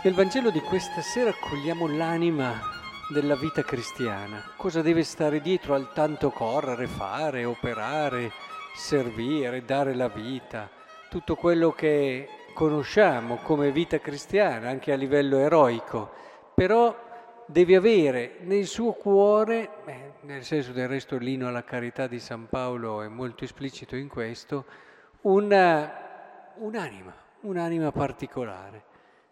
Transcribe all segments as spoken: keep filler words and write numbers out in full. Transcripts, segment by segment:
Nel Vangelo di questa sera cogliamo l'anima della vita cristiana. Cosa deve stare dietro al tanto correre, fare, operare, servire, dare la vita. Tutto quello che conosciamo come vita cristiana, anche a livello eroico. Però deve avere nel suo cuore, eh, nel senso del resto l'inno alla carità di San Paolo è molto esplicito in questo, una, un'anima, un'anima particolare.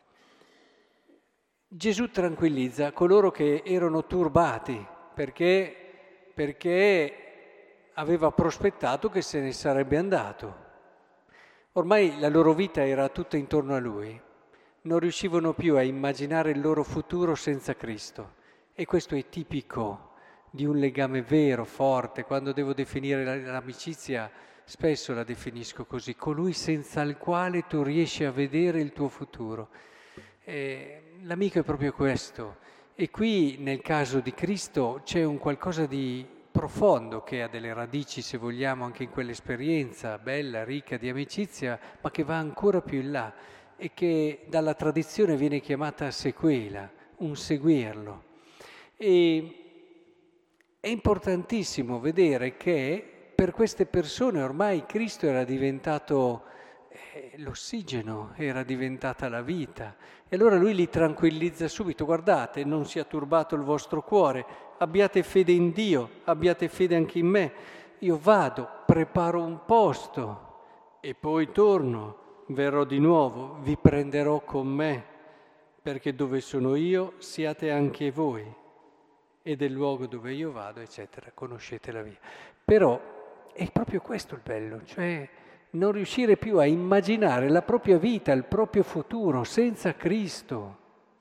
Gesù tranquillizza coloro che erano turbati perché, perché aveva prospettato che se ne sarebbe andato. Ormai la loro vita era tutta intorno a Lui, non riuscivano più a immaginare il loro futuro senza Cristo. E questo è tipico di un legame vero, forte. Quando devo definire l'amicizia, spesso la definisco così: colui senza il quale tu riesci a vedere il tuo futuro. Eh, l'amico è proprio questo, e qui nel caso di Cristo c'è un qualcosa di profondo che ha delle radici, se vogliamo, anche in quell'esperienza bella, ricca di amicizia, ma che va ancora più in là e che dalla tradizione viene chiamata sequela, un seguirlo. E è importantissimo vedere che per queste persone ormai Cristo era diventato eh, l'ossigeno, era diventata la vita. E allora lui li tranquillizza subito: guardate, non sia turbato il vostro cuore, abbiate fede in Dio, abbiate fede anche in me. Io vado, preparo un posto e poi torno, verrò di nuovo, vi prenderò con me, perché dove sono io siate anche voi, e del luogo dove io vado, eccetera, conoscete la via. Però è proprio questo il bello, cioè non riuscire più a immaginare la propria vita, il proprio futuro senza Cristo.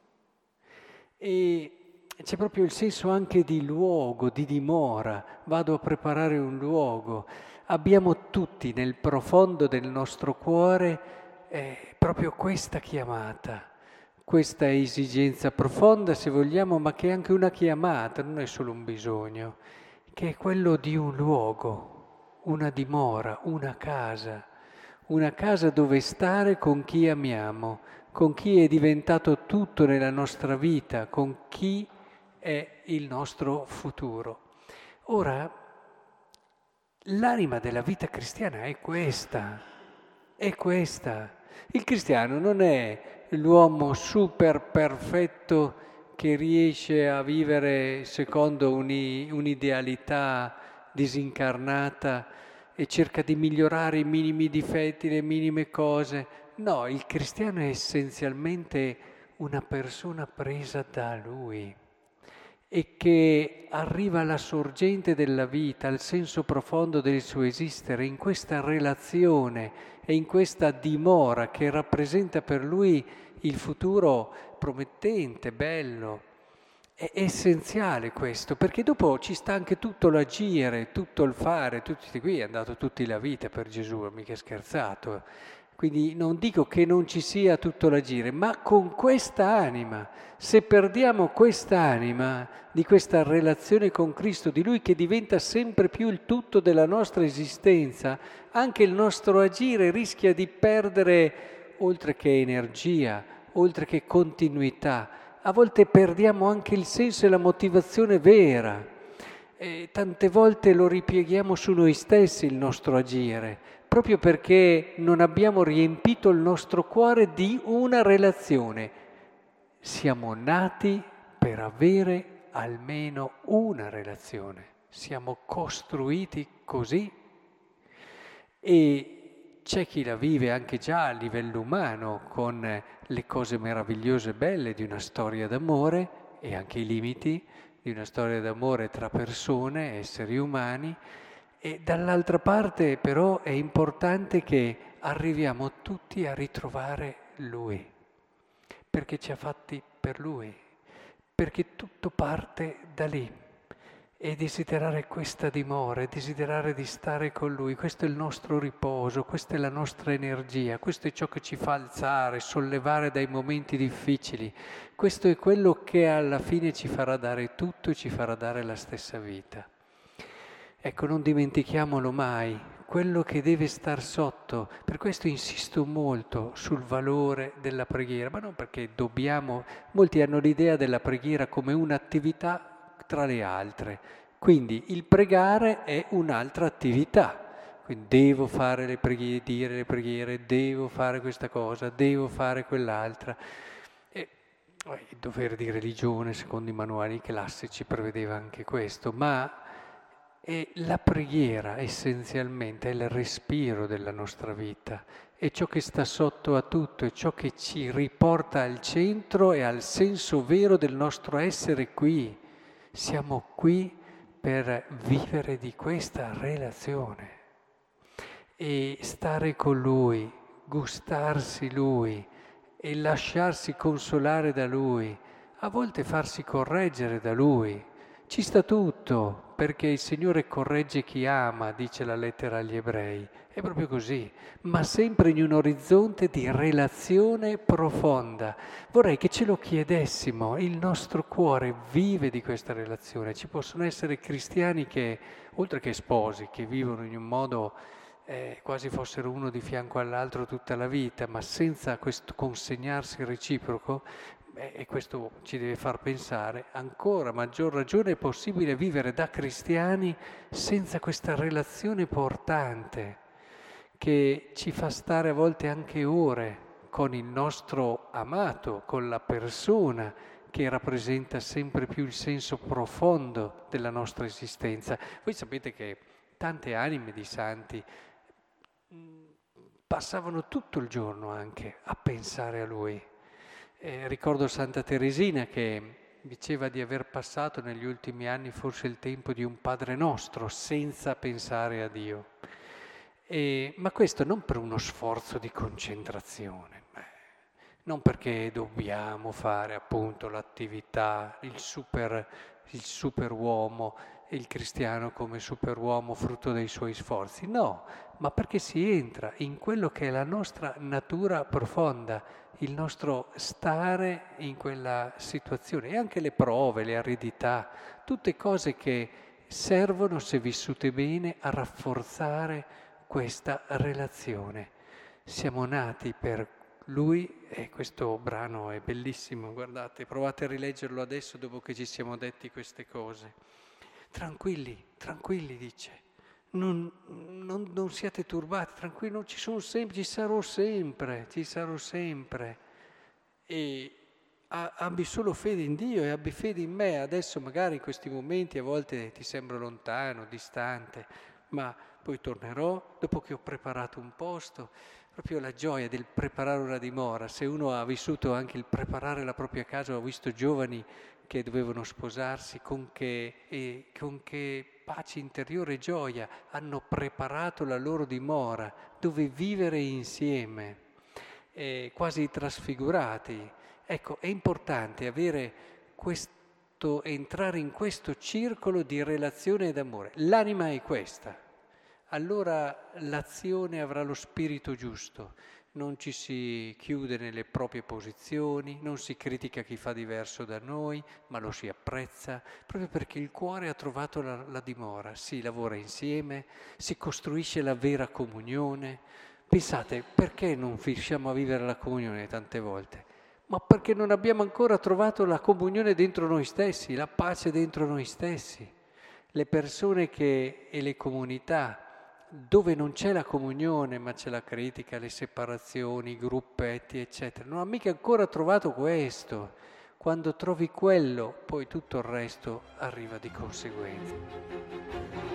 E c'è proprio il senso anche di luogo, di dimora. Vado a preparare un luogo. Abbiamo tutti nel profondo del nostro cuore eh, proprio questa chiamata, questa esigenza profonda, se vogliamo, ma che è anche una chiamata, non è solo un bisogno, che è quello di un luogo, una dimora, una casa, una casa dove stare con chi amiamo, con chi è diventato tutto nella nostra vita, con chi è il nostro futuro. Ora, l'anima della vita cristiana è questa, è questa. Il cristiano non è l'uomo super perfetto che riesce a vivere secondo uni, un'idealità disincarnata e cerca di migliorare i minimi difetti, le minime cose. No, il cristiano è essenzialmente una persona presa da Lui e che arriva alla sorgente della vita, al senso profondo del suo esistere, in questa relazione e in questa dimora che rappresenta per lui il futuro promettente, bello. È essenziale questo, perché dopo ci sta anche tutto l'agire, tutto il fare. Tutti qui è andato tutta la vita per Gesù, mica scherzato. Quindi non dico che non ci sia tutto l'agire, ma con questa anima. Se perdiamo questa anima di questa relazione con Cristo, di Lui che diventa sempre più il tutto della nostra esistenza, anche il nostro agire rischia di perdere, oltre che energia, oltre che continuità. A volte perdiamo anche il senso e la motivazione vera. E tante volte lo ripieghiamo su noi stessi il nostro agire, proprio perché non abbiamo riempito il nostro cuore di una relazione. Siamo nati per avere almeno una relazione. Siamo costruiti così. E c'è chi la vive anche già a livello umano, con le cose meravigliose e belle di una storia d'amore e anche i limiti di una storia d'amore tra persone, esseri umani. E dall'altra parte però è importante che arriviamo tutti a ritrovare Lui, perché ci ha fatti per Lui, perché tutto parte da lì. E desiderare questa dimora, e desiderare di stare con Lui, questo è il nostro riposo, questa è la nostra energia, questo è ciò che ci fa alzare, sollevare dai momenti difficili, questo è quello che alla fine ci farà dare tutto e ci farà dare la stessa vita. Ecco, non dimentichiamolo mai, quello che deve star sotto. Per questo insisto molto sul valore della preghiera, ma non perché dobbiamo, molti hanno l'idea della preghiera come un'attività tra le altre, quindi il pregare è un'altra attività. Quindi devo fare le preghiere, dire le preghiere, devo fare questa cosa, devo fare quell'altra. E il dovere di religione, secondo i manuali classici, prevedeva anche questo, ma è la preghiera essenzialmente è il respiro della nostra vita, è ciò che sta sotto a tutto, è ciò che ci riporta al centro e al senso vero del nostro essere qui. Siamo qui per vivere di questa relazione. E stare con Lui, gustarsi Lui e lasciarsi consolare da Lui, a volte farsi correggere da Lui. Ci sta tutto, perché il Signore corregge chi ama, dice la lettera agli Ebrei. È proprio così, ma sempre in un orizzonte di relazione profonda. Vorrei che ce lo chiedessimo, il nostro cuore vive di questa relazione. Ci possono essere cristiani che, oltre che sposi, che vivono in un modo Eh, quasi fossero uno di fianco all'altro tutta la vita, ma senza questo consegnarsi reciproco, beh, e questo ci deve far pensare, ancora maggior ragione è possibile vivere da cristiani senza questa relazione portante, che ci fa stare a volte anche ore con il nostro amato, con la persona che rappresenta sempre più il senso profondo della nostra esistenza. Voi sapete che tante anime di santi passavano tutto il giorno anche a pensare a Lui. Eh, ricordo Santa Teresina che diceva di aver passato negli ultimi anni forse il tempo di un Padre Nostro senza pensare a Dio. E, ma questo non per uno sforzo di concentrazione, eh, non perché dobbiamo fare appunto l'attività, il super, il superuomo, il cristiano come superuomo frutto dei suoi sforzi, no, ma perché si entra in quello che è la nostra natura profonda, il nostro stare in quella situazione e anche le prove, le aridità, tutte cose che servono, se vissute bene, a rafforzare questa relazione. Siamo nati per Lui e questo brano è bellissimo, guardate, provate a rileggerlo adesso dopo che ci siamo detti queste cose. Tranquilli, tranquilli, dice, non, non, non siate turbati, tranquilli, non ci sono sempre, ci sarò sempre, ci sarò sempre. E a, abbi solo fede in Dio e abbi fede in me. Adesso magari in questi momenti a volte ti sembra lontano, distante, ma poi tornerò dopo che ho preparato un posto. Proprio la gioia del preparare una dimora. Se uno ha vissuto anche il preparare la propria casa, ho visto giovani che dovevano sposarsi, con che, e, con che pace interiore e gioia hanno preparato la loro dimora, dove vivere insieme, eh, quasi trasfigurati. Ecco, è importante avere questo, entrare in questo circolo di relazione ed amore. L'anima è questa. Allora l'azione avrà lo spirito giusto, non ci si chiude nelle proprie posizioni, non si critica chi fa diverso da noi, ma lo si apprezza, proprio perché il cuore ha trovato la, la dimora, si lavora insieme, si costruisce la vera comunione. Pensate, perché non riusciamo a vivere la comunione tante volte? Ma perché non abbiamo ancora trovato la comunione dentro noi stessi, la pace dentro noi stessi. Le persone che, e le comunità dove non c'è la comunione ma c'è la critica, le separazioni, i gruppetti, eccetera, non ha mica ancora trovato questo. Quando trovi quello, poi tutto il resto arriva di conseguenza.